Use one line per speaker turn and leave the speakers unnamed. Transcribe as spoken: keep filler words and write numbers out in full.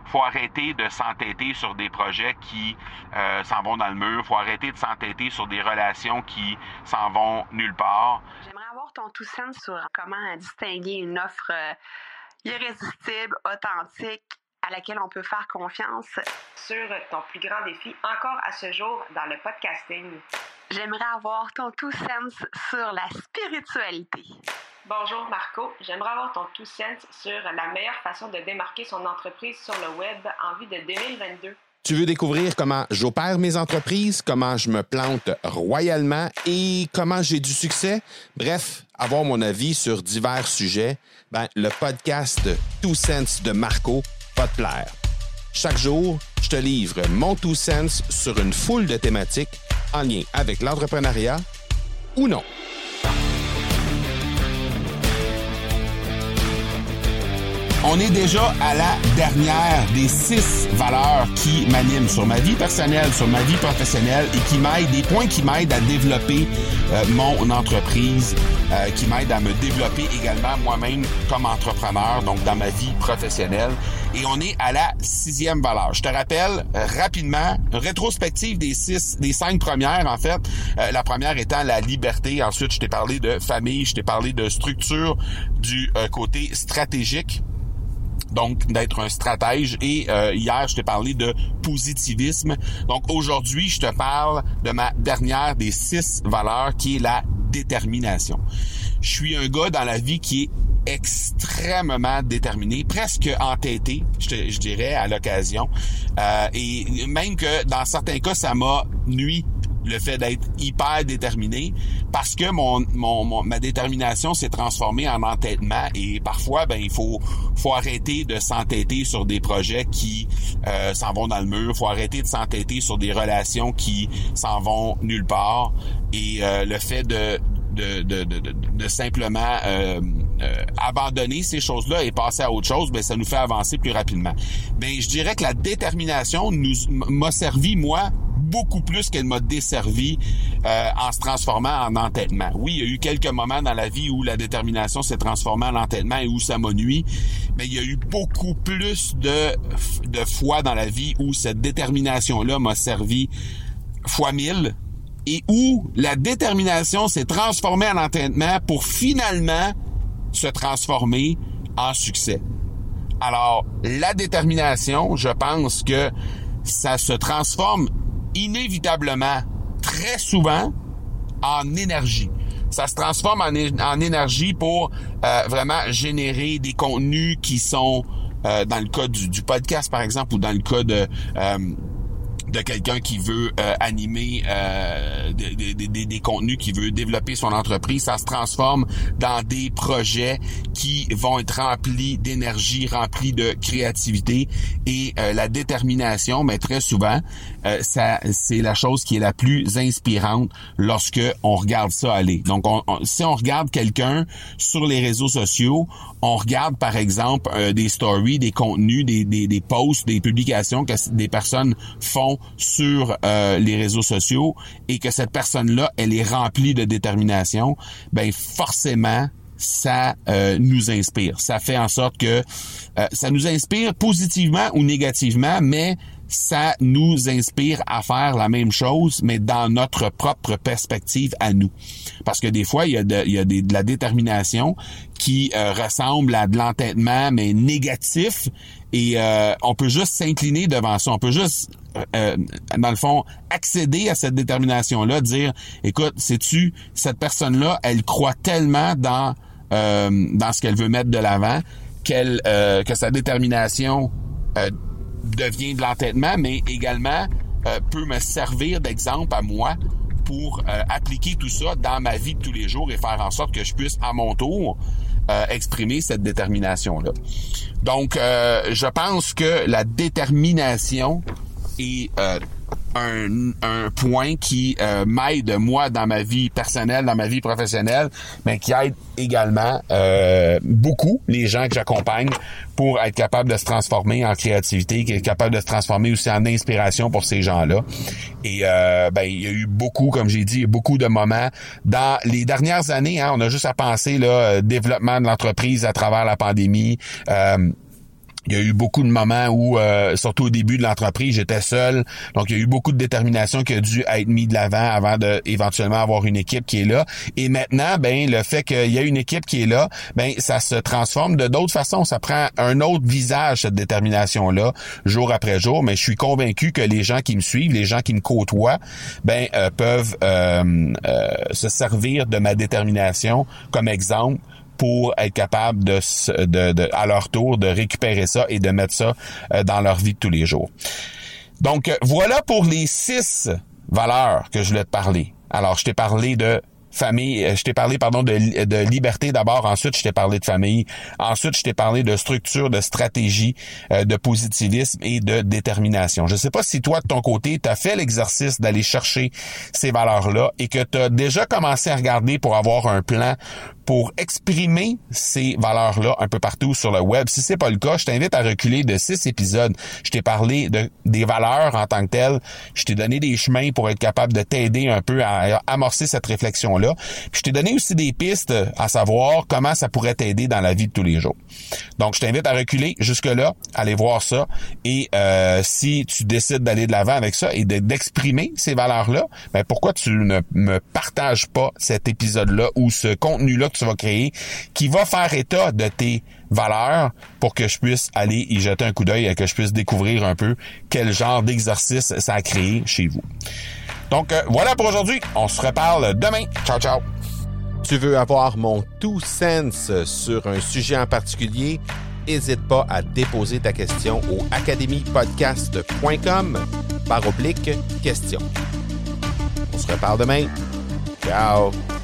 faut arrêter de s'entêter sur des projets qui euh, s'en vont dans le mur. Faut arrêter de s'entêter sur des relations qui s'en vont nulle part.
J'aimerais avoir ton tout sens sur comment distinguer une offre euh, irrésistible, authentique, à laquelle on peut faire confiance.
Sur ton plus grand défi encore à ce jour dans le podcasting.
J'aimerais avoir ton tout sens sur la spiritualité.
Bonjour Marco, j'aimerais avoir ton tout sens sur la meilleure façon de démarquer son entreprise sur le web en vue de deux mille vingt-deux.
Tu veux découvrir comment j'opère mes entreprises, comment je me plante royalement et comment j'ai du succès? Bref, avoir mon avis sur divers sujets, ben, le podcast Two Cents de Marco va te plaire. Chaque jour, je te livre mon two cents sur une foule de thématiques en lien avec l'entrepreneuriat ou non. On est déjà à la dernière des six valeurs qui m'animent sur ma vie personnelle, sur ma vie professionnelle et qui m'aident, des points qui m'aident à développer euh, mon entreprise, euh, qui m'aident à me développer également moi-même comme entrepreneur, donc dans ma vie professionnelle. Et on est à la sixième valeur. Je te rappelle euh, rapidement, une rétrospective des six, des cinq premières en fait. Euh, la première étant la liberté. Ensuite, je t'ai parlé de famille, je t'ai parlé de structure du euh, côté stratégique. Donc, d'être un stratège. Et euh, hier, je t'ai parlé de positivisme. Donc, aujourd'hui, je te parle de ma dernière des six valeurs qui est la détermination. Je suis un gars dans la vie qui est extrêmement déterminé, presque entêté, je, te, je dirais, à l'occasion. Euh, et même que dans certains cas, ça m'a nui le fait d'être hyper déterminé parce que mon, mon, mon ma détermination s'est transformée en entêtement et parfois ben il faut faut arrêter de s'entêter sur des projets qui euh, s'en vont dans le mur, faut arrêter de s'entêter sur des relations qui s'en vont nulle part et euh, le fait de De, de, de, de, de simplement euh, euh, abandonner ces choses-là et passer à autre chose, ben ça nous fait avancer plus rapidement. Ben je dirais que la détermination nous m'a servi moi beaucoup plus qu'elle m'a desservi euh, en se transformant en entêtement. Oui, il y a eu quelques moments dans la vie où la détermination s'est transformée en entêtement et où ça m'a nui, mais il y a eu beaucoup plus de de fois dans la vie où cette détermination-là m'a servi fois mille. Et où la détermination s'est transformée en entêtement pour finalement se transformer en succès. Alors, la détermination, je pense que ça se transforme inévitablement, très souvent, en énergie. Ça se transforme en, é- en énergie pour euh, vraiment générer des contenus qui sont, euh, dans le cas du, du podcast, par exemple, ou dans le cas de... Euh, de quelqu'un qui veut euh, animer euh, des, des, des, des contenus, qui veut développer son entreprise, ça se transforme dans des projets qui vont être remplis d'énergie, remplis de créativité et euh, la détermination, mais très souvent, euh, ça c'est la chose qui est la plus inspirante lorsque on regarde ça aller. Donc, on, on, si on regarde quelqu'un sur les réseaux sociaux, on regarde par exemple euh, des stories, des contenus, des, des, des posts, des publications que des personnes font sur euh, les réseaux sociaux et que cette personne-là, elle est remplie de détermination, ben forcément, ça euh, nous inspire. Ça fait en sorte que euh, ça nous inspire positivement ou négativement, mais ça nous inspire à faire la même chose, mais dans notre propre perspective à nous. Parce que des fois, il y a de, il y a des, de la détermination qui euh, ressemble à de l'entêtement, mais négatif, et euh, on peut juste s'incliner devant ça. On peut juste, euh, dans le fond, accéder à cette détermination-là, dire, écoute, sais-tu, cette personne-là, elle croit tellement dans euh, dans ce qu'elle veut mettre de l'avant, qu'elle euh, que sa détermination euh, devient de l'entêtement, mais également euh, peut me servir d'exemple à moi pour euh, appliquer tout ça dans ma vie de tous les jours et faire en sorte que je puisse, à mon tour, euh, exprimer cette détermination-là. Donc, euh, je pense que la détermination est euh, un, un point qui euh, m'aide, moi, dans ma vie personnelle, dans ma vie professionnelle, mais qui aide également euh, beaucoup les gens que j'accompagne pour être capable de se transformer en créativité, qui est capable de se transformer aussi en inspiration pour ces gens-là. Et euh, ben il y a eu beaucoup, comme j'ai dit, beaucoup de moments dans les dernières années. Hein, on a juste à penser là, développement de l'entreprise à travers la pandémie. Euh, Il y a eu beaucoup de moments où, euh, surtout au début de l'entreprise, j'étais seul. Donc, il y a eu beaucoup de détermination qui a dû être mis de l'avant avant de éventuellement avoir une équipe qui est là. Et maintenant, ben, le fait qu'il y a une équipe qui est là, ben, ça se transforme de d'autres façons. Ça prend un autre visage, cette détermination-là, jour après jour. Mais je suis convaincu que les gens qui me suivent, les gens qui me côtoient, ben, euh, peuvent euh, euh, se servir de ma détermination comme exemple pour être capable de, de, de, à leur tour, de récupérer ça et de mettre ça euh, dans leur vie de tous les jours. Donc, voilà pour les six valeurs que je voulais te parler. Alors, je t'ai parlé de famille, je t'ai parlé, pardon, de, de liberté d'abord, ensuite je t'ai parlé de famille, ensuite je t'ai parlé de structure, de stratégie, euh, de positivisme et de détermination. Je sais pas si toi, de ton côté, tu as fait l'exercice d'aller chercher ces valeurs-là et que tu as déjà commencé à regarder pour avoir un plan pour exprimer ces valeurs-là un peu partout sur le web. Si c'est pas le cas, je t'invite à reculer de six épisodes. Je t'ai parlé de des valeurs en tant que telles. Je t'ai donné des chemins pour être capable de t'aider un peu à amorcer cette réflexion-là. Puis je t'ai donné aussi des pistes à savoir comment ça pourrait t'aider dans la vie de tous les jours. Donc, je t'invite à reculer jusque-là, aller voir ça. Et euh, si tu décides d'aller de l'avant avec ça et de, d'exprimer ces valeurs-là, ben pourquoi tu ne me partages pas cet épisode-là ou ce contenu-là que tu vas créer qui va faire état de tes valeurs pour que je puisse aller y jeter un coup d'œil et que je puisse découvrir un peu quel genre d'exercice ça a créé chez vous. Donc, euh, voilà pour aujourd'hui. On se reparle demain. Ciao, ciao.
Tu veux avoir mon two cents sur un sujet en particulier? N'hésite pas à déposer ta question au academy podcast point com par oblique question. On se reparle demain. Ciao.